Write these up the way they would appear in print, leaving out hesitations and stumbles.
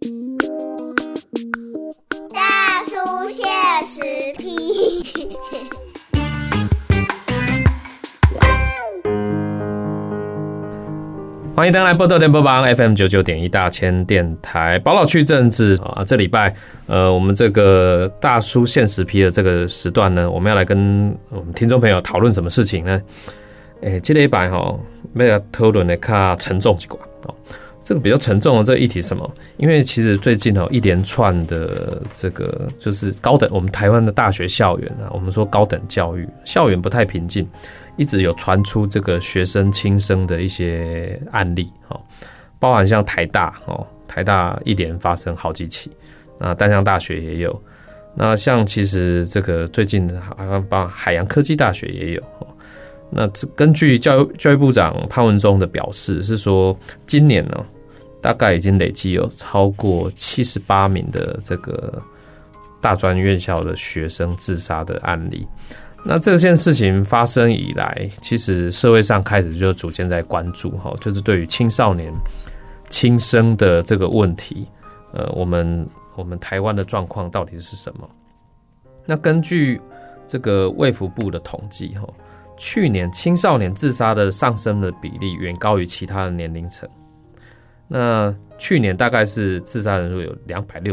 大叔现实批。 欢迎登来波多电波帮 FM99.1 大千电台宝岛趣政治啊，这礼拜我们这个大叔现实批的这个时段呢，我们要来跟我们听众朋友讨论什么事情呢？这礼拜要来讨论的较沉重一点哦。这个比较沉重的这个议题是什么？因为其实最近一连串的这个就是高等我们台湾的大学校园啊，我们说高等教育校园不太平静。一直有传出这个学生轻生的一些案例，包含像台大一连发生好几起，那淡江大学也有，那像其实这个最近好像包含海洋科技大学也有。那根据教育部长潘文忠的表示是说，今年呢大概已经累计有超过78名的这个大专院校的学生自杀的案例。那这件事情发生以来，其实社会上开始就逐渐在关注，就是对于青少年轻生的这个问题，我们台湾的状况到底是什么？那根据这个卫福部的统计，去年青少年自杀的上升的比例远高于其他的年龄层。那去年大概是自杀人数有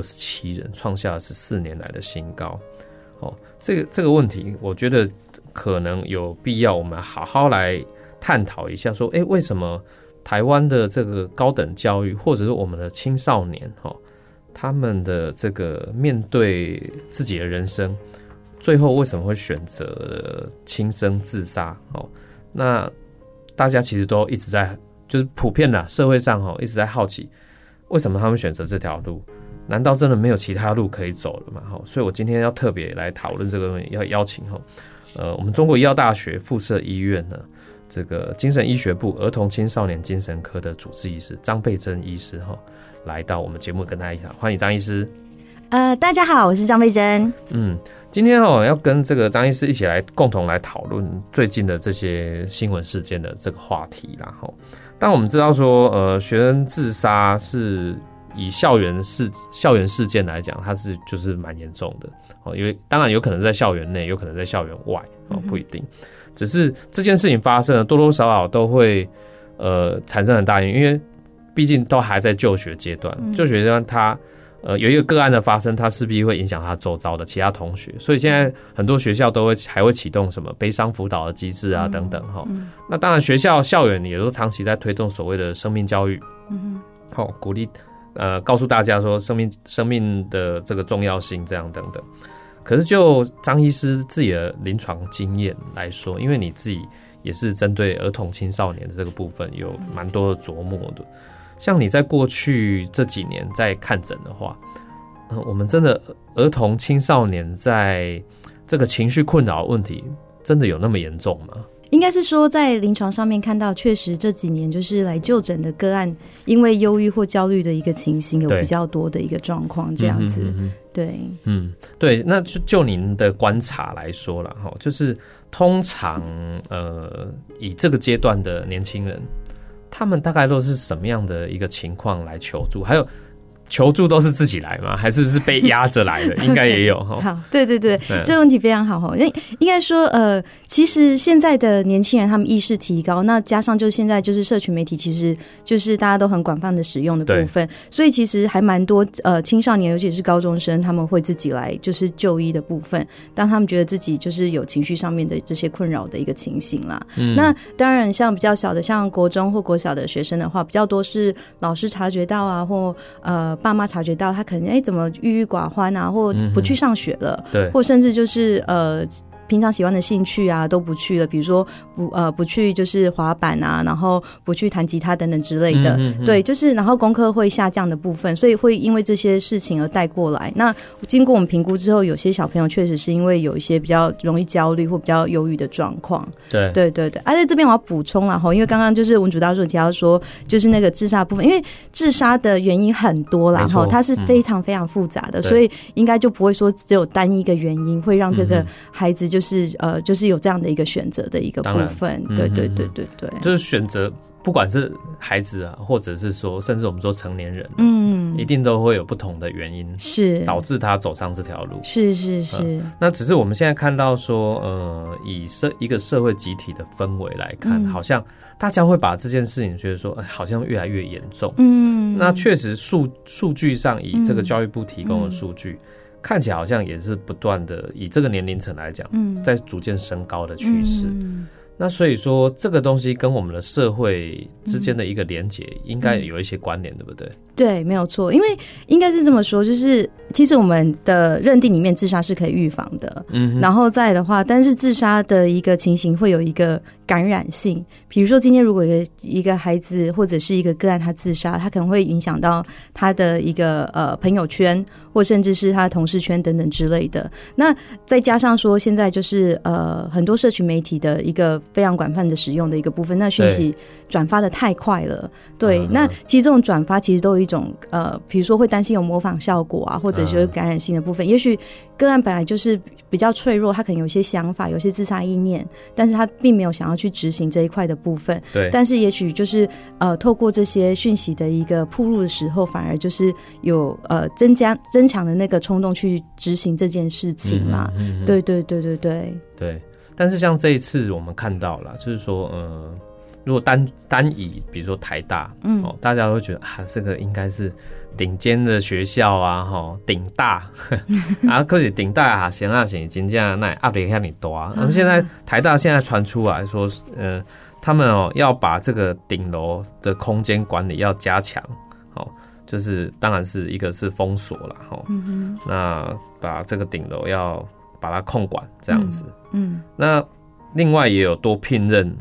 267人，创下了14年来的新高。这个问题，我觉得可能有必要我们好好来探讨一下，说，为什么台湾的这个高等教育，或者是我们的青少年，他们的这个面对自己的人生，最后为什么会选择轻生自杀？那大家其实都一直在，就是普遍的社会上一直在好奇，为什么他们选择这条路？难道真的没有其他路可以走了吗？所以我今天要特别来讨论这个问题，要邀请我们中国医药大学附设医院呢，这个精神医学部儿童青少年精神科的主治医师张贝珍医师来到我们节目跟大家一起谈，欢迎张医师。 大家好，我是张贝珍。 今天要跟这个张医师一起来共同来讨论最近的这些新闻事件的这个话题啦。但我们知道说，学生自杀是以校园事件来讲，它是就是蛮严重的，因为当然有可能在校园内，有可能在校园外，不一定。只是这件事情发生了，多多少少都会产生很大影响，因为毕竟都还在就学阶段，就学阶段它有一个个案的发生，它势必会影响他周遭的其他同学，所以现在很多学校还会启动什么悲伤辅导的机制啊等等那当然校园也都长期在推动所谓的生命教育，鼓励告诉大家说生命的这个重要性，这样等等。可是就张医师自己的临床经验来说，因为你自己也是针对儿童青少年的这个部分有蛮多的琢磨的，像你在过去这几年在看诊的话，我们真的儿童青少年在这个情绪困扰的问题真的有那么严重吗？ 应该是说在临床上面看到，确实这几年就是来就诊的个案，因为忧郁或焦虑的一个情形有比较多的一个状况，这样子。对， 对，那就您的观察来说啦，就是通常以这个阶段的年轻人，他们大概都是什么样的一个情况来求助？还有求助都是自己来吗？还是被压着来的？应该也有。 好，对，这个问题非常好。应该说，其实现在的年轻人他们意识提高，那加上就现在就是社群媒体，其实就是大家都很广泛的使用的部分，所以其实还蛮多青少年，尤其是高中生，他们会自己来就是就医的部分，当他们觉得自己就是有情绪上面的这些困扰的一个情形啦。那当然，像比较小的，像国中或国小的学生的话，比较多是老师察觉到啊，或爸妈察觉到他可能怎么郁郁寡欢啊，或不去上学了，对，或甚至就是平常喜欢的兴趣啊都不去了，比如说不去就是滑板啊，然后不去弹吉他等等之类的，对，就是然后功课会下降的部分，所以会因为这些事情而带过来。那经过我们评估之后，有些小朋友确实是因为有一些比较容易焦虑或比较忧郁的状况。对，而且这边我要补充啦，因为刚刚就是文主大叔提到说，就是那个自杀部分，因为自杀的原因很多啦，它是非常非常复杂的，所以应该就不会说只有单一个原因会让这个孩子就是有这样的一个选择的一个部分。对，就是选择不管是孩子啊，或者是说甚至我们说成年人，一定都会有不同的原因是导致他走上这条路。是是是。那只是我们现在看到说，以一个社会集体的氛围来看，好像大家会把这件事情觉得说，好像越来越严重。那确实数据上，以这个教育部提供的数据，看起来好像也是不断的以这个年龄层来讲，在逐渐升高的趋势。那所以说，这个东西跟我们的社会之间的一个连结，应该有一些关联，对不对？ 对，没有错。因为应该是这么说，就是其实我们的认定里面，自杀是可以预防的。然后再来的话，但是自杀的一个情形会有一个感染性。比如说，今天如果一个孩子或者是一个个案他自杀，他可能会影响到他的一个朋友圈，或甚至是他的同事圈等等之类的。那再加上说，现在就是很多社群媒体的一个非常广泛的使用的一个部分，那讯息转发的太快了。对，那其实这种转发其实都有一种比如说会担心有模仿效果啊，或者是感染性的部分。也许个案本来就是比较脆弱，他可能有些想法，有些自杀意念，但是他并没有想要去执行这一块的部分。对，但是也许就是透过这些讯息的一个曝露的时候，反而就是有增强的那个冲动去执行这件事情啦。对对对对对对。但是像这一次我们看到了，就是说如果单以比如说台大，大家会觉得这个应该是顶尖的学校啊，顶大可是顶大啊，行啊行，真正那压力很大。而现在台大现在传出来说，他们要把这个顶楼的空间管理要加强，就是当然是一个是封锁了，那把这个顶楼要把它控管这样子。那另外也有多聘任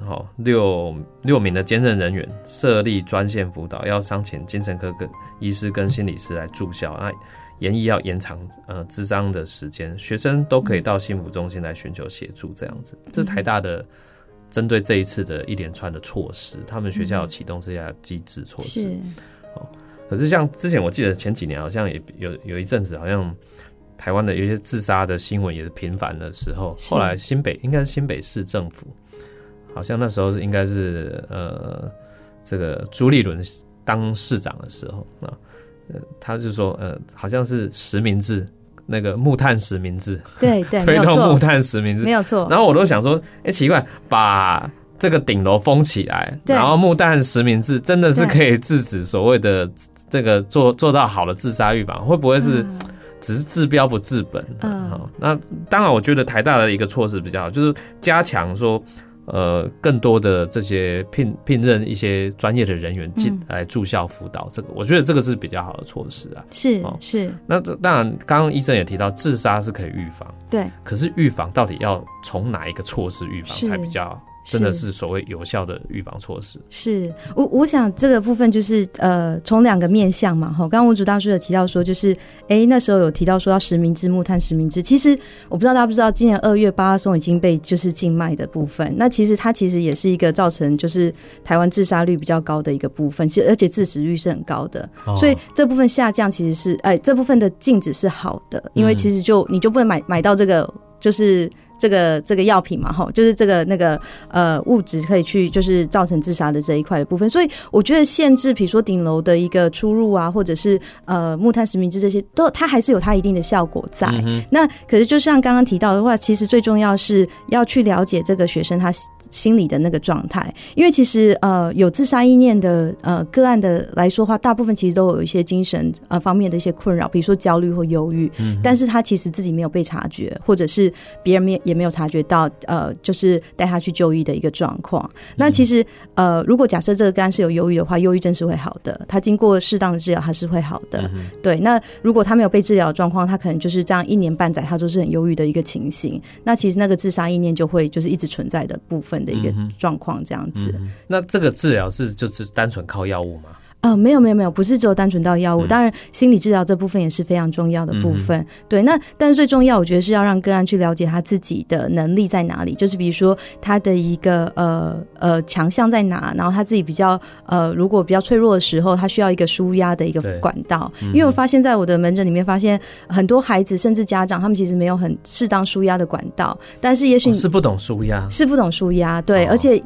6名的兼任人员，设立专线辅导，要商请精神科医师跟心理师来驻校。那研议要延长諮商的时间，学生都可以到幸福中心来寻求协助这样子。这是台大的针对这一次的一连串的措施，他们学校有启动这项机制措施。可是像之前我记得前几年好像也有一阵子，好像台湾的有一些自杀的新闻也是频繁的时候，后来应该是新北市政府，好像那时候应该是这个朱立伦当市长的时候他就说好像是实名制，那个木炭实名制， 对对， 推动木炭实名制， 没有错。 然后我都想说，奇怪，把这个顶楼封起来，然后木炭实名制真的是可以制止所谓的这个做到好的自杀预防，会不会是只是治标不治本？那当然，我觉得台大的一个措施比较好，就是加强说更多的这些聘任一些专业的人员进来驻校辅导，这个我觉得这个是比较好的措施啊。是。那当然，刚刚医生也提到，自杀是可以预防，对。可是预防到底要从哪一个措施预防才比较真的是所谓有效的预防措施？是我想这个部分就是从两个面向嘛。刚刚文主大叔有提到说，就是那时候有提到说要实名制木炭实名制，其实我不知道大家不知道，今年2月巴拉松已经被就是禁卖的部分，那其实它其实也是一个造成就是台湾自杀率比较高的一个部分，而且致死率是很高的，所以这部分下降其实是这部分的禁止是好的，因为其实你就不能买到这个就是这个药品嘛，就是这个那个物质可以去就是造成自杀的这一块的部分，所以我觉得限制比如说顶楼的一个出入啊，或者是木炭实名制这些它还是有它一定的效果在。那可是就像刚刚提到的话，其实最重要是要去了解这个学生他心理的那个状态，因为其实有自杀意念的个案的来说的话，大部分其实都有一些精神方面的一些困扰，比如说焦虑或忧郁，但是他其实自己没有被察觉，或者是别人也没有察觉到就是带他去就医的一个状况。那其实如果假设这个个案是有忧郁的话，忧郁症是会好的，他经过适当的治疗他是会好的。对，那如果他没有被治疗的状况，他可能就是这样1年半载他都是很忧郁的一个情形，那其实那个自杀意念就会就是一直存在的部分的一个状况这样子。 那这个治疗是就是单纯靠药物吗？ 没有，不是只有单纯到药物，当然心理治疗这部分也是非常重要的部分。对，那但是最重要我觉得是要让个案去了解他自己的能力在哪里，就是比如说他的一个强项在哪，然后他自己比较如果比较脆弱的时候，他需要一个抒压的一个管道。因为我发现在我的门诊里面发现很多孩子甚至家长他们其实没有很适当抒压的管道，但是也许是不懂抒压， 对，而且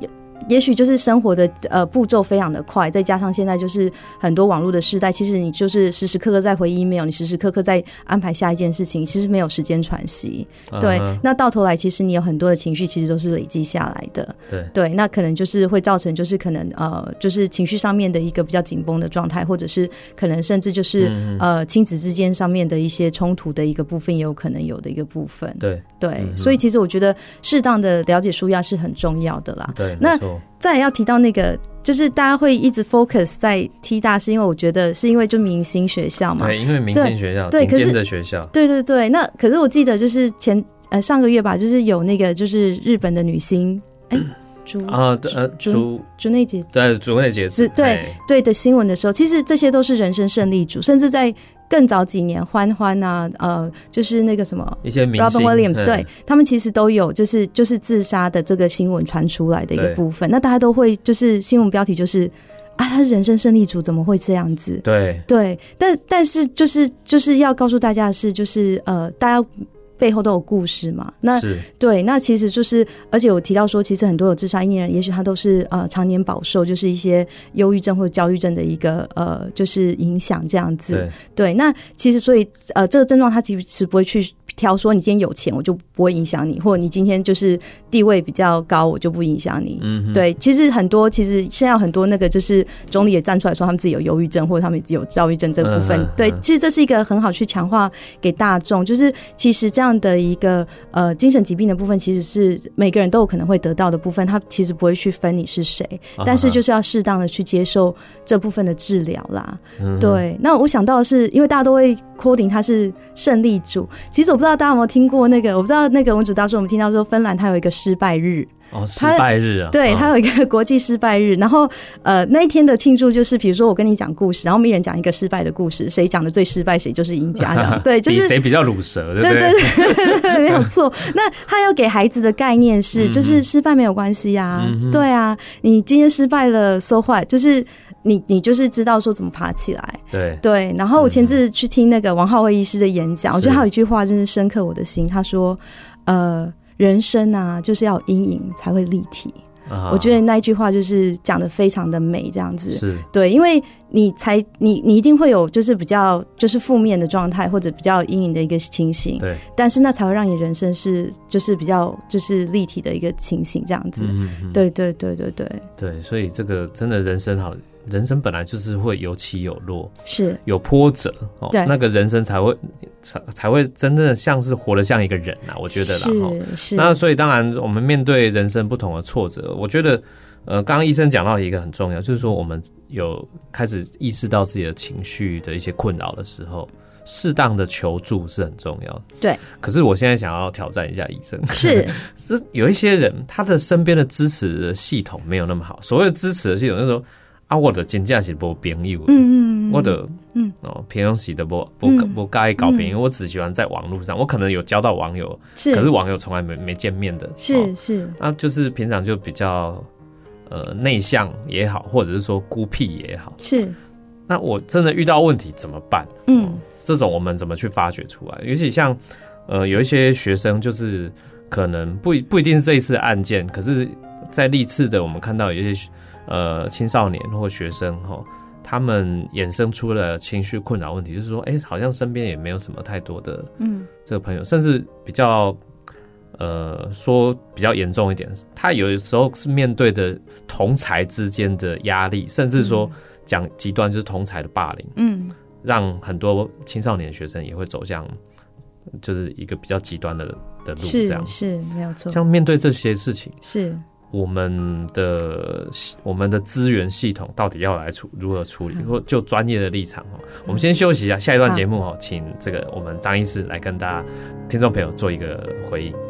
也许就是生活的步骤非常的快，再加上现在就是很多网络的时代，其实你就是时时刻刻在回 email， 你时时刻刻在安排下一件事情，其实没有时间喘息。对，那到头来其实你有很多的情绪其实都是累积下来的。对，那可能就是会造成就是可能就是情绪上面的一个比较紧绷的状态，或者是可能甚至就是亲子之间上面的一些冲突的一个部分也有可能有的一个部分。对，所以其实我觉得适当的了解抒压是很重要的啦。 对， 那再来要提到那个就是大家会一直 focus 在 T 大，是因为我觉得是因为就明星学校嘛。 对，因为明星学校顶尖的学校。 对，那可是我记得就是上个月吧，就是有那个就是日本的女星竹内结子， 对，竹内结子， 对的新闻的时候，其实这些都是人生胜利组，甚至在更早几年，欢啊，就是那个什么一些明星 Robin Williams， 对，他们其实都有就是自杀的这个新闻传出来的一个部分，那大家都会就是新闻标题就是他是人生胜利组，怎么会这样子？对，但是就是要告诉大家的是，就是大家背后都有故事嘛。那对，那其实就是，而且我提到说，其实很多有自杀意念人，也许他都是常年饱受就是一些忧郁症或者焦虑症的一个就是影响这样子。对，那其实所以这个症状他其实不会去挑说你今天有钱我就不会影响你，或者你今天就是地位比较高我就不影响你。对，其实现在有很多那个就是总理也站出来说他们自己有忧郁症或者他们有躁郁症这个部分。对，其实这是一个很好去强化给大众，就是其实这样的一个精神疾病的部分，其实是每个人都有可能会得到的部分，他其实不会去分你是谁，但是就是要适当的去接受这部分的治疗啦。对，那我想到的是，因为大家都会 quoting 他是胜利组，其实我不知道大家有没有听过那个，我不知道那个文主大叔，我们听到说芬兰它有一个失败日。 失败日啊， 对，它有一个国际失败日，然后那一天的庆祝就是比如说我跟你讲故事，然后我们一人讲一个失败的故事，谁讲的最失败谁就是赢家的。对，就是比谁比较鲁蛇，对不对？对，没有错。那他要给孩子的概念是就是失败没有关系啊。对啊，你今天失败了 so what， 就是你就是知道说怎么爬起来。对，然后我前次去听那个王浩辉医师的演讲，我觉得他有一句话真是深刻我的心，他说人生啊就是要有阴影才会立体。我觉得那一句话就是讲得非常的美，这样子。 是， 对，因为你一定会有就是比较就是负面的状态或者比较阴影的一个情形， 对， 但是那才会让你人生是就是比较就是立体的一个情形，这样子。对， 所以这个真的人生好。人生本来就是会有起有落， 是有波折，那个人生才会真正像是活得像一个人啊，我觉得啦。 是。 那所以当然我们面对人生不同的挫折，我觉得刚刚医生讲到一个很重要，就是说我们有开始意识到自己的情绪的一些困扰的时候，适当的求助是很重要的。 对。可是我现在想要挑战一下医生， 是有一些人他的身边的支持的系统没有那么好，所谓的支持的系统就是说我的真正是没朋友，我的平常时的不介意搞朋友，我只喜欢在网络上，我可能有交到网友，可是网友从来没见面的， 是那就是平常就比较内向也好，或者是说孤僻也好， 是。 那我真的遇到问题怎么办？这种我们怎么去发掘出来？尤其像有一些学生，就是可能不一定是这一次的案件，可是在历次的我们看到有一些青少年或学生他们衍生出了情绪困扰问题，就是说好像身边也没有什么太多的这个朋友，甚至比较说比较严重一点，他有时候是面对的同侪之间的压力，甚至说讲极端就是同侪的霸凌，让很多青少年学生也会走向就是一个比较极端的路，这样是没有错。 像面对这些事情， 是我们的资源系统到底要来如何处理，或就专业的立场我们先休息一下，下一段节目请这个我们张医师来跟大家听众朋友做一个回应。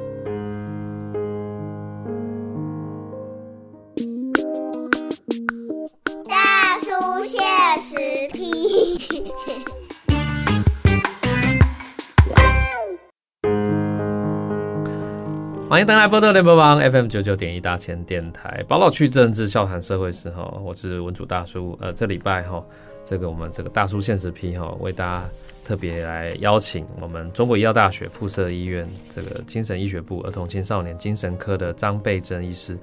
大叔现实批欢迎登来波特联播网 FM99.1 大千电台，宝岛趣政治笑谈社会事我是文主大叔。这礼拜这个我们这个大叔现实批为大家特别来邀请我们中国医药大学附设医院这个精神医学部儿童青少年精神科的张贝珍医师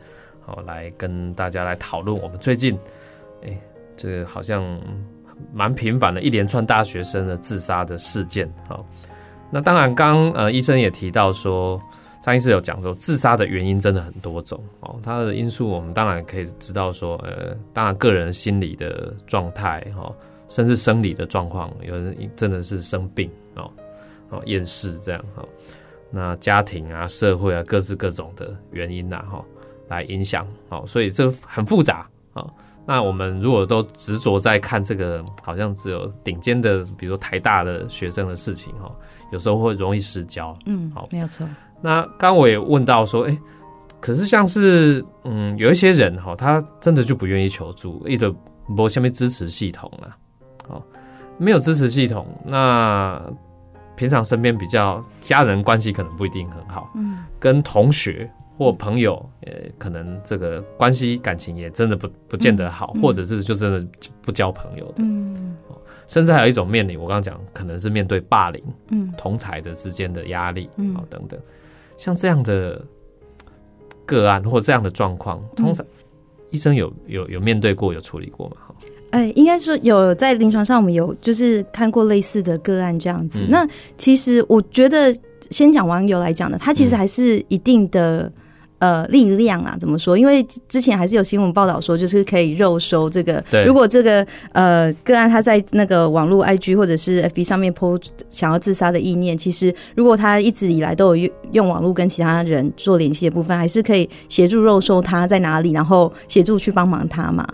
来跟大家来讨论我们最近这个好像蛮频繁的一连串大学生的自杀的事件。那当然刚医生也提到说，张医师有讲说自杀的原因真的很多种它的因素我们当然可以知道说当然个人心理的状态甚至生理的状况，有人真的是生病厌世这样那家庭啊社会啊各式各种的原因来影响所以这很复杂那我们如果都执着在看这个好像只有顶尖的比如说台大的学生的事情有时候会容易失焦好，没有错。那刚我也问到说可是像是有一些人他真的就不愿意求助，一直没有什么支持系统没有支持系统，那平常身边比较家人关系可能不一定很好跟同学或朋友可能这个关系感情也真的不见得好或者是就真的不交朋友的甚至还有一种面临我刚刚讲可能是面对霸凌同侪的之间的压力等等，像这样的个案或这样的状况通常医生有面对过有处理过吗？ 应该说有在临床上我们有就是看过类似的个案这样子那其实我觉得先讲网友来讲的，他其实还是一定的力量啊，怎么说？因为之前还是有新闻报道说，就是可以肉收这个。如果这个个案他在那个网络 IG 或者是 FB 上面 po 想要自杀的意念，其实如果他一直以来都有用网络跟其他人做联系的部分，还是可以协助肉收他在哪里，然后协助去帮忙他嘛。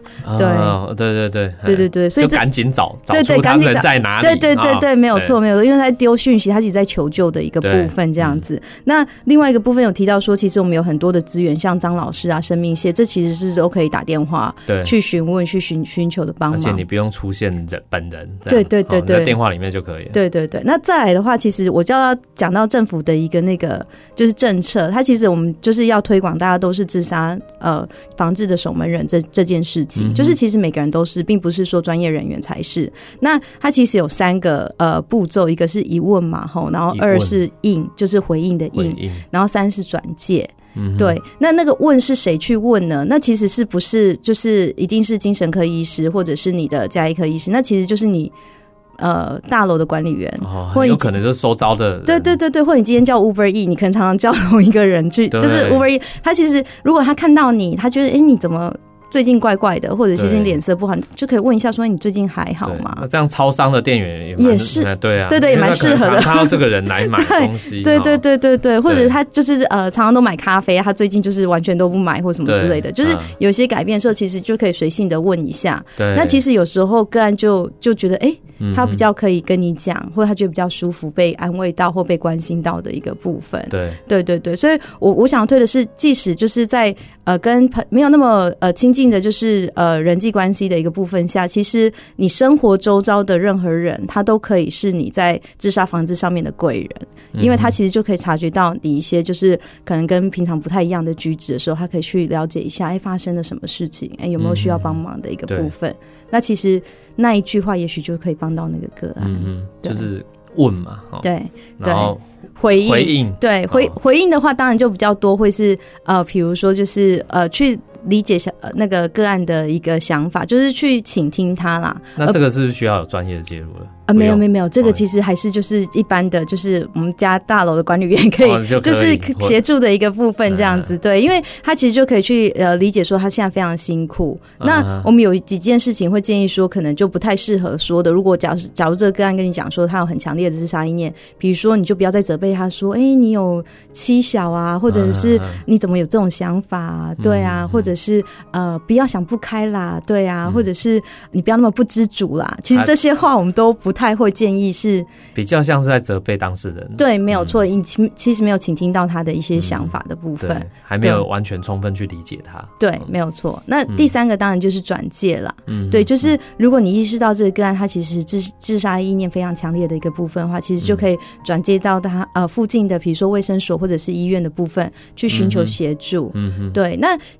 对，所以就赶紧找出他人在哪里。 对，没有错，没有错，因为他在丢讯息，他其实在求救的一个部分这样子。那另外一个部分有提到说，其实我们有很多的资源，像张老师啊、生命线，这其实是都可以打电话去询问、去寻求的帮忙， 而且你不用出现本人， 对， 在电话里面就可以了。 对。那再来的话，其实我就要讲到政府的一个那个就是政策，它其实我们就是要推广大家都是自杀防治的守门人这件事情，就是其实每个人都是，并不是说专业人员才是。那它其实有3个步骤，一个是疑问嘛，然后2是应，就是回应的应，然后3是转介。对，那个问是谁去问呢？那其实是不是就是一定是精神科医师或者是你的家医科医师？那其实就是你大楼的管理员，或有可能就是收招的人。 对，或者你今天叫 Uber E， 你可能常常叫同一个人去，就是 Uber E， 他其实如果他看到你，他觉得你怎么最近怪怪的，或者是你脸色不好，就可以问一下说你最近还好吗？ 那这样超商的店员也是对啊， 对，也蛮适合的。 看到这个人来买东西， 对，或者他就是常常都买咖啡，他最近就是完全都不买或什么之类的，就是有些改变的时候，其实就可以随性的问一下。那其实有时候个案就觉得他比较可以跟你讲，或者他觉得比较舒服，被安慰到或被关心到的一个部分。对，所以我想推的是，即使就是在跟没有那么亲近的，就是人际关系的一个部分下，其实你生活周遭的任何人，他都可以是你在自杀防治上面的贵人，因为他其实就可以察觉到你一些就是可能跟平常不太一样的举止的时候，他可以去了解一下，发生了什么事情，有没有需要帮忙的一个部分。那其实那一句话也许就可以帮到那个个案， 就是问嘛， 对， 然后回应，对，回应的话，当然就比较多会是比如说就是去理解那个个案的一个想法，就是去倾听他啦。 那这个是不是需要有专业的介入了？ 没有，这个其实还是就是一般的，就是我们家大楼的管理员可以就是协助的一个部分这样子。对，因为他其实就可以去理解说他现在非常辛苦。那我们有几件事情会建议说，可能就不太适合说的。如果假如这个个案跟你讲说他有很强烈的自杀意念，比如说你就不要再责备他说，你有妻小啊，或者是你怎么有这种想法啊？对啊，或者是不要想不开啦，对啊，或者是你不要那么不知足啦。其实这些话我们都不太会建议，是比较像是在责备当事人。 对，没有错，其实没有倾听到他的一些想法的部分， 还没有完全充分去理解他。 对，没有错。那第3个当然就是转介啦。对，就是如果你意识到这个个案他其实自杀意念非常强烈的一个部分的话，其实就可以转介到他附近的比如说卫生所或者是医院的部分去寻求协助。对，那其实我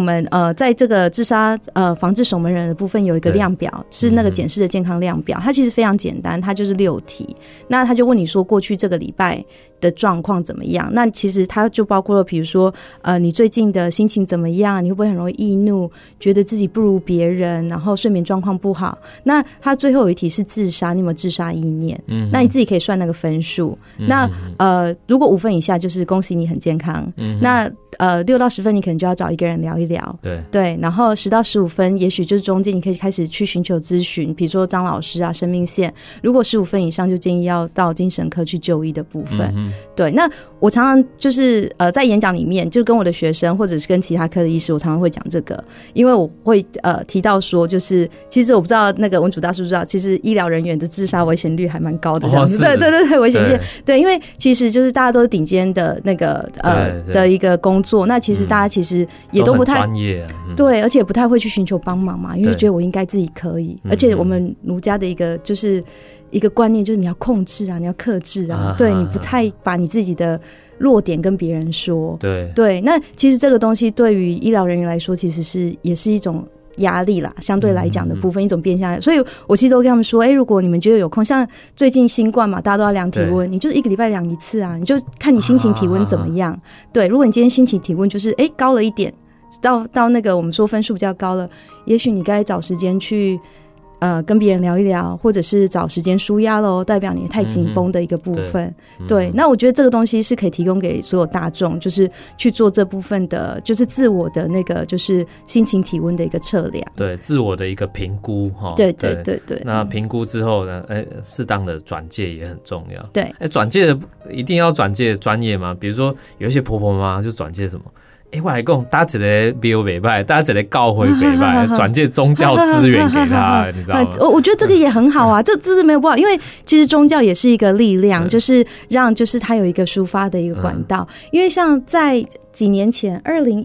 们在这个自杀防治守门人的部分有一个量表，是那个检视的健康量表，它其实非常简单，它就是6题。那他就问你说过去这个礼拜的状况怎么样？那其实它就包括了，比如说你最近的心情怎么样？你会不会很容易易怒，觉得自己不如别人，然后睡眠状况不好？那它最后有一题是自杀，你有没有自杀意念？那你自己可以算那个分数。那如果5分以下，就是恭喜你很健康。那6到10分，你可能就要找一个人聊一聊。对，然后10到15分，也许就是中间你可以开始去寻求咨询，比如说张老师啊、生命线。如果15分以上，就建议要到精神科去就医的部分。对，那我常常就是在演讲里面，就跟我的学生或者是跟其他科的医师，我常常会讲这个，因为我会提到说，就是其实我不知道那个文主大叔知道，其实医疗人员的自杀危险率还蛮高的，这样子。对，危险率对，因为其实就是大家都是顶尖的那个的一个工作，那其实大家其实也都不太专业， 对，而且不太会去寻求帮忙嘛，因为觉得我应该自己可以，而且我们儒家的一个就是一个观念就是你要控制啊，你要克制啊，对，你不太把你自己的弱点跟别人说，对，那其实这个东西对于医疗人员来说，其实也是一种压力啦，相对来讲的部分，一种变相。所以我其实都跟他们说，如果你们觉得有空，像最近新冠嘛，大家都要量体温，你就是1个礼拜量1次啊，你就看你心情体温怎么样。对，如果你今天心情体温就是高了一点，到那个我们说分数比较高了，也许你该找时间去跟别人聊一聊，或者是找时间抒压咯，代表你太紧绷的一个部分。对，那我觉得这个东西是可以提供给所有大众，就是去做这部分的，就是自我的那个就是心情体温的一个测量， 对，自我的一个评估。 对。 那评估之后呢，适当的转介也很重要。 对， 转介的一定要转介专业吗？比如说有一些婆婆妈妈就转介什么？我来讲，搭一个庙不错，搭一个教会不错，转介宗教资源给他，你知道吗？ 我觉得这个也很好啊，这是没有不好，因为其实宗教也是一个力量，就是让就是它有一个抒发的一个管道。因为像在几年前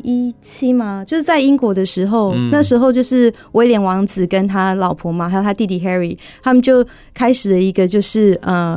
2017嘛，就是在英国的时候，那时候就是威廉王子跟他老婆嘛，还有他弟弟 Harry， 他们就开始了一个就是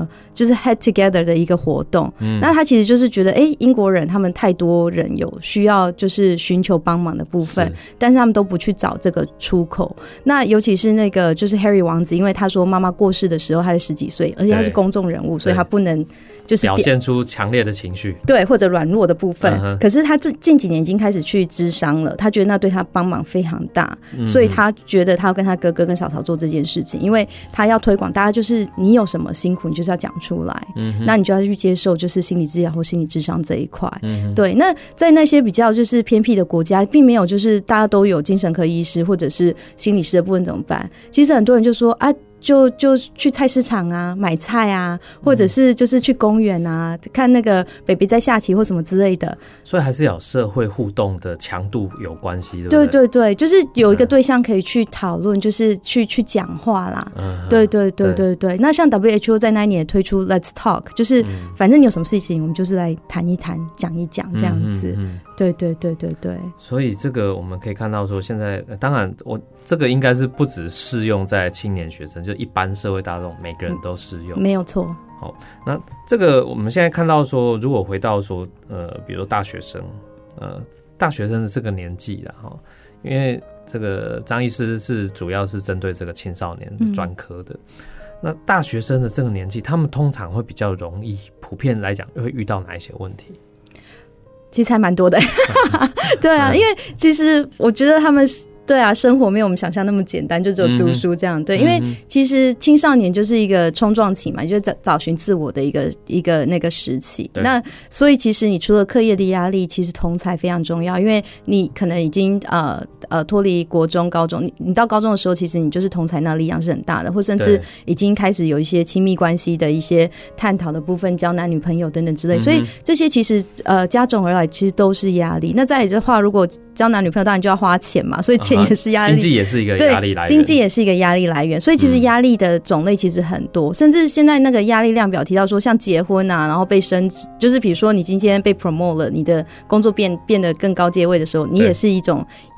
head together 的一个活动。那他其实就是觉得英国人他们太多人有需要就是寻求帮忙的部分，但是他们都不去找这个出口。那尤其是那个就是 Harry 王子，因为他说妈妈过世的时候他是10几岁，而且他是公众人物，所以他不能就是表现出强烈的情绪， 对，或者软弱的部分。可是他近几年已经开始去咨商了，他觉得那对他帮忙非常大，所以他觉得他要跟他哥哥跟嫂嫂做这件事情，因为他要推广大家，就是你有什么辛苦你就是要讲出来，那你就要去接受就是心理治疗或心理咨商这一块。对，那在那些比较就是偏僻的国家，并没有就是大家都有精神科医师或者是心理师的部分怎么办？其实很多人就说啊，就去菜市场啊买菜啊，或者是就是去公园啊看那个 baby 在下棋或什么之类的， 所以还是有社会互动的强度有关系，对不对？ 对，就是有一个对象可以去讨论，就是去讲话啦。对。那像 WHO 在那一年也推出 Let's Talk， 就是反正你有什么事情我们就是来谈一谈讲一讲这样子。对。 所以这个我们可以看到说，现在当然这个应该是不只适用在青年学生，就一般社会大众每个人都适用， 没有错。 好，那这个我们现在看到说，如果回到说比如说大学生的这个年纪啦，因为这个张医师是主要是针对这个青少年的专科的。那大学生的这个年纪，他们通常会比较容易，普遍来讲会遇到哪一些问题？ 其实还蛮多的。对啊，因为其实我觉得他们对啊，生活没有我们想象那么简单，就只有读书这样。对，因为其实青少年就是一个冲撞期嘛，就是找寻自我的一个那个时期。那所以其实你除了课业的压力，其实同侪非常重要，因为你可能已经脱离国中、高中，你到高中的时候，其实你就是同侪那力量是很大的，或甚至已经开始有一些亲密关系的一些探讨的部分，交男女朋友等等之类。所以这些其实加总而来，其实都是压力。那再来的话，如果交男女朋友，当然就要花钱嘛，所以钱也是压力， 经济也是一个压力来源， 经济也是一个压力来源。所以其实压力的种类其实很多，甚至现在那个压力量表提到说，像结婚啊，然后被升职，就是比如说你今天被 promote 了，你的工作变得更高阶位的时候，你也是一种压力的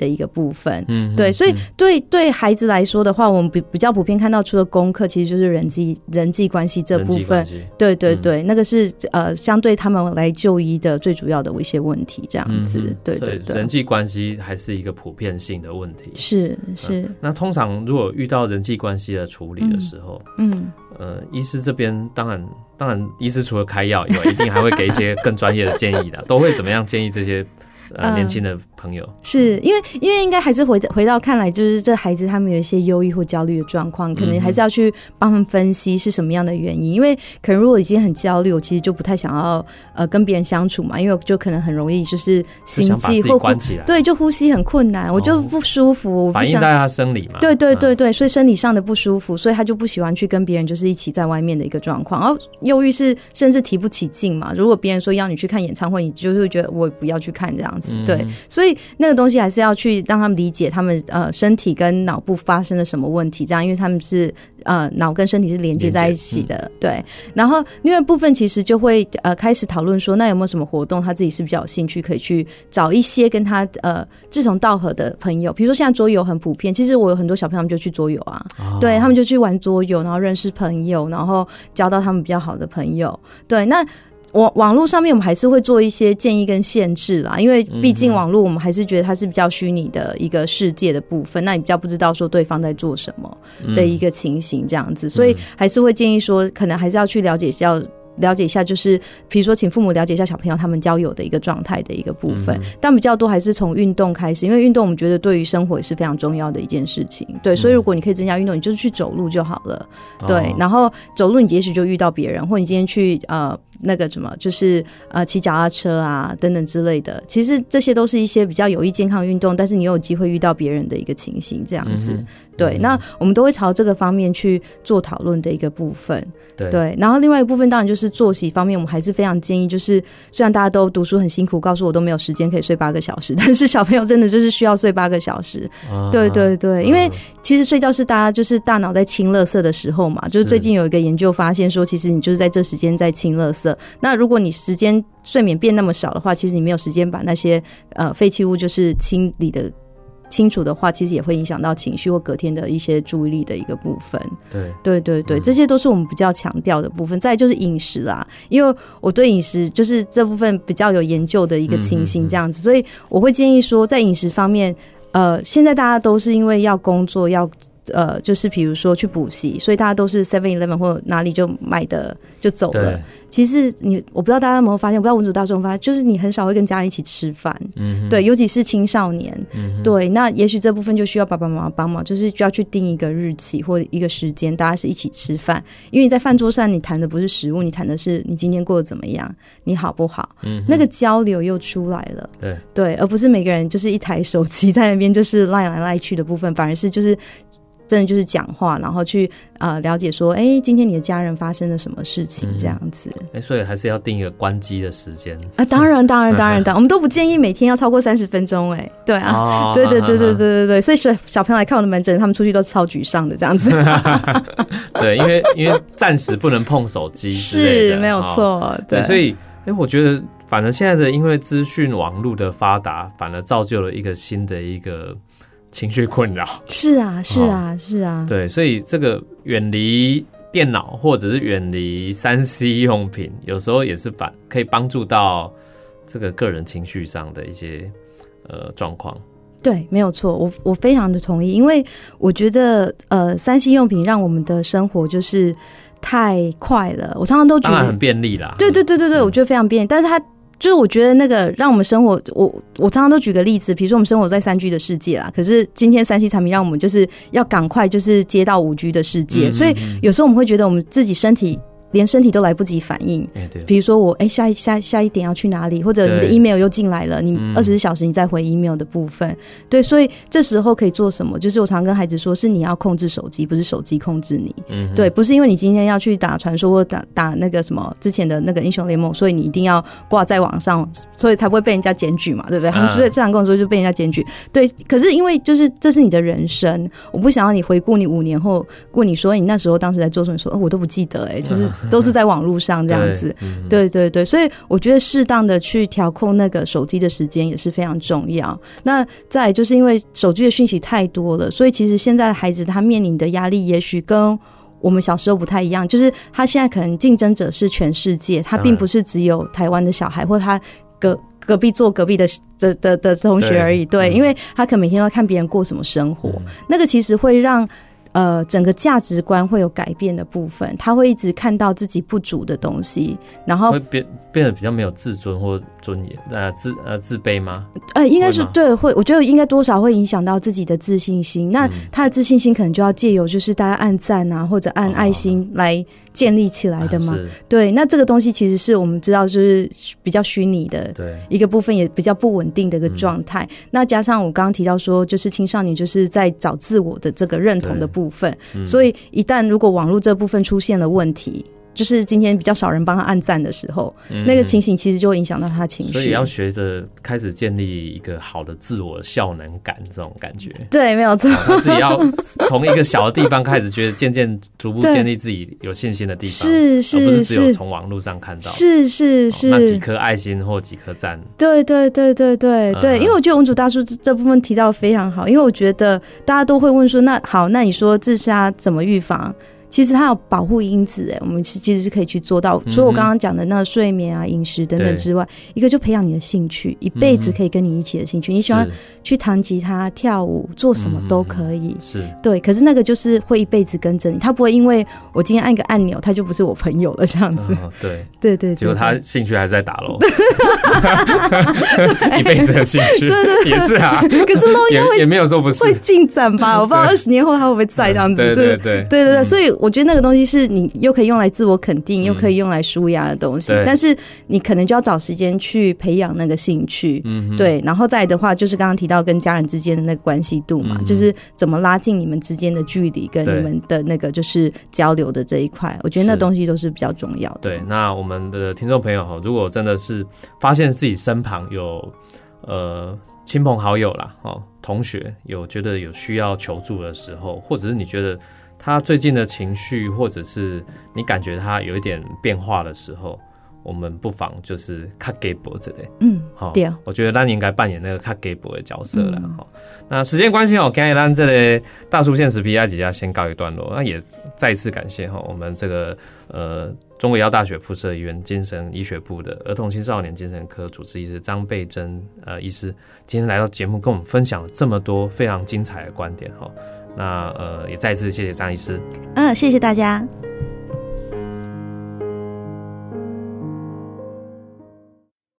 一个部分。对，所以对孩子来说的话，我们比较普遍看到，除了功课，其实就是人际关系这部分。对对对，那个是相对他们来就医的最主要的一些问题，这样子。对对对， 人际关系还是一个普遍性的问题。 是。 那通常如果遇到人际关系的处理的时候，医师这边当然，医师除了开药以外，一定还会给一些更专业的建议的，都会怎么样建议这些年轻的朋友？是因为应该还是回到看来，就是这孩子他们有一些忧郁或焦虑的状况，可能还是要去帮他们分析是什么样的原因。因为可能如果已经很焦虑，我其实就不太想要跟别人相处嘛，因为就可能很容易就是心悸或关起来， 对，就呼吸很困难，我就不舒服， 反映在他生理嘛。 对，所以生理上的不舒服，所以他就不喜欢去跟别人就是一起在外面的一个状况。然后忧郁是甚至提不起劲嘛，如果别人说要你去看演唱会，你就会觉得我不要去看这样子。对，所以那个东西还是要去让他们理解他们身体跟脑部发生了什么问题，这样，因为他们是脑跟身体是连接在一起的。对，然后另外部分其实就会开始讨论说，那有没有什么活动他自己是比较有兴趣，可以去找一些跟他志同道合的朋友。比如说现在桌游很普遍，其实我有很多小朋友就去桌游啊，对，他们就去玩桌游，然后认识朋友，然后交到他们比较好的朋友。对，那网络上面我们还是会做一些建议跟限制啦，因为毕竟网络我们还是觉得它是比较虚拟的一个世界的部分，那你比较不知道说对方在做什么的一个情形这样子，所以还是会建议说可能还是要去了解一下，就是比如说请父母了解一下小朋友他们交友的一个状态的一个部分，但比较多还是从运动开始，因为运动我们觉得对于生活也是非常重要的一件事情。对，所以如果你可以增加运动，你就是去走路就好了。对，然后走路你也许就遇到别人，或你今天去那个什么，就是骑脚踏车啊等等之类的，其实这些都是一些比较有益健康运动，但是你有机会遇到别人的一个情形这样子。对，那我们都会朝这个方面去做讨论的一个部分。对，然后另外一部分当然就是作息方面，我们还是非常建议，就是虽然大家都读书很辛苦，告诉我都没有时间可以睡8个小时，但是小朋友真的就是需要睡8个小时。对对对，因为其实睡觉是大家就是大脑在清垃圾的时候嘛，就是最近有一个研究发现说，其实你就是在这时间在清垃圾。那如果你时间睡眠变那么少的话，其实你没有时间把那些废弃物就是清理的清楚的话，其实也会影响到情绪或隔天的一些注意力的一个部分。对，这些都是我们比较强调的部分。再来就是饮食啦，因为我对饮食就是这部分比较有研究的一个情形这样子，所以我会建议说在饮食方面现在大家都是因为要工作要就是比如说去补习，所以大家都是 7-Eleven 或哪里就买的就走了。其实我不知道大家有没有发现，我不知道文组大众发现，就是你很少会跟家人一起吃饭。对，尤其是青少年。对，那也许这部分就需要爸爸妈妈帮忙，就是就要去定一个日期或一个时间，大家是一起吃饭。因为你在饭桌上，你谈的不是食物，你谈的是你今天过得怎么样，你好不好？那个交流又出来了。对，而不是每个人就是一台手机在那边就是赖来赖去的部分，反而是就是真的就是讲话，然后去了解说，今天你的家人发生了什么事情这样子。 所以还是要定一个关机的时间啊。当然，我们都不建议每天要超过30分钟。对啊，对，所以小朋友来看我的门诊，他们出去都超沮丧的这样子。 对，因为暂时不能碰手机之类的， 是没有错。对， 所以我觉得反而现在的因为资讯网络的发达，反而造就了一个新的一个情绪困扰。是啊。 对，所以这个远离电脑或者是远离3C 用品，有时候也是可以帮助到这个个人情绪上的一些状况。 对，没有错，我非常的同意，因为我觉得3C 用品让我们的生活就是太快了。我常常都觉得当然很便利啦。 对，我觉得非常便利，但是它就是我觉得那个让我们生活，我常常都举个例子，比如说我们生活在3G 的世界啦，可是今天3C 产品让我们就是要赶快就是接到5G 的世界，所以有时候我们会觉得我们自己连身体都来不及反应。比如说我下一点要去哪里，或者你的 email 又进来了，你24小时你再回 email 的部分。对，所以这时候可以做什么，就是我常跟孩子说，是你要控制手机，不是手机控制你。对，不是因为你今天要去打传说或打那个什么之前的那个英雄联盟，所以你一定要挂在网上，所以才不会被人家检举嘛，对不对？他们就是这样跟我说，就被人家检举。对，可是因为就是这是你的人生，我不想要你回顾你5年后问你说你那时候当时在做什么，说我都不记得。就是都是在网络上这样子。对对对，所以我觉得适当的去调控那个手机的时间也是非常重要。那再来就是因为手机的讯息太多了，所以其实现在的孩子他面临的压力也许跟我们小时候不太一样，就是他现在可能竞争者是全世界，他并不是只有台湾的小孩或他隔壁坐隔壁的同学而已。对，因为他可能每天都要看别人过什么生活，那个其实会让整个价值观会有改变的部分，他会一直看到自己不足的东西，然后会变得比较没有自尊或尊严，自卑吗？ 应该是对，会，我觉得应该多少会影响到自己的自信心。那他的自信心可能就要借由就是大家按赞啊或者按爱心来建立起来的嘛。对，那这个东西其实是我们知道就是比较虚拟的一个部分，也比较不稳定的一个状态。那加上我刚刚提到说，就是青少年就是在找自我的这个认同的部分，所以一旦如果网络这部分出现了问题，就是今天比较少人帮他按赞的时候，那个情形其实就会影响到他的情绪。 所以要学着开始建立一个好的自我效能感，这种感觉。 对，没有错。 他自己要从一个小的地方开始，觉得渐渐逐步建立自己有信心的地方， 是而不是只有从网络上看到。 是那几颗爱心或几颗赞。 对对对对对对，因为我觉得文主大叔这部分提到非常好，因为我觉得大家都会问说，那好，那你说自杀怎么预防？其实它有保护因子，我们其实是可以去做到。除了我刚刚讲的那个睡眠啊、饮食等等之外，一个就培养你的兴趣，一辈子可以跟你一起的兴趣。你喜欢去弹吉他、跳舞，做什么都可以。 是， 对。可是那个就是会一辈子跟着你，他不会因为我今天按个按钮，他就不是我朋友了这样子。 对对对， 结果他兴趣还是在打咯，一辈子的兴趣。 对对， 也是啊。 可是咯也没有说不是会进展吧？我不知道20年后他会不会在这样子。 对对对对对对，所以我觉得那个东西是你又可以用来自我肯定，又可以用来抒压的东西，但是你可能就要找时间去培养那个兴趣。对，然后再来的话就是刚刚提到跟家人之间的那个关系度嘛，就是怎么拉近你们之间的距离跟你们的那个就是交流的这一块，我觉得那东西都是比较重要的。 对，那我们的听众朋友如果真的是发现自己身旁有亲朋好友啦，同学有觉得有需要求助的时候，或者是你觉得他最近的情绪，或者是你感觉他有一点变化的时候，我们不妨就是较鸡婆之类。 对， 我觉得咱应该扮演那个较鸡婆的角色啦。那时间关系今天咱这个大叔现实 P I 几家先告一段落，那也再一次感谢我们这个中国医药大学附设医院精神医学部的儿童青少年精神科主治医师张贝珍医师，今天来到节目跟我们分享了这么多非常精彩的观点。那也再次谢谢张医师。 谢谢大家。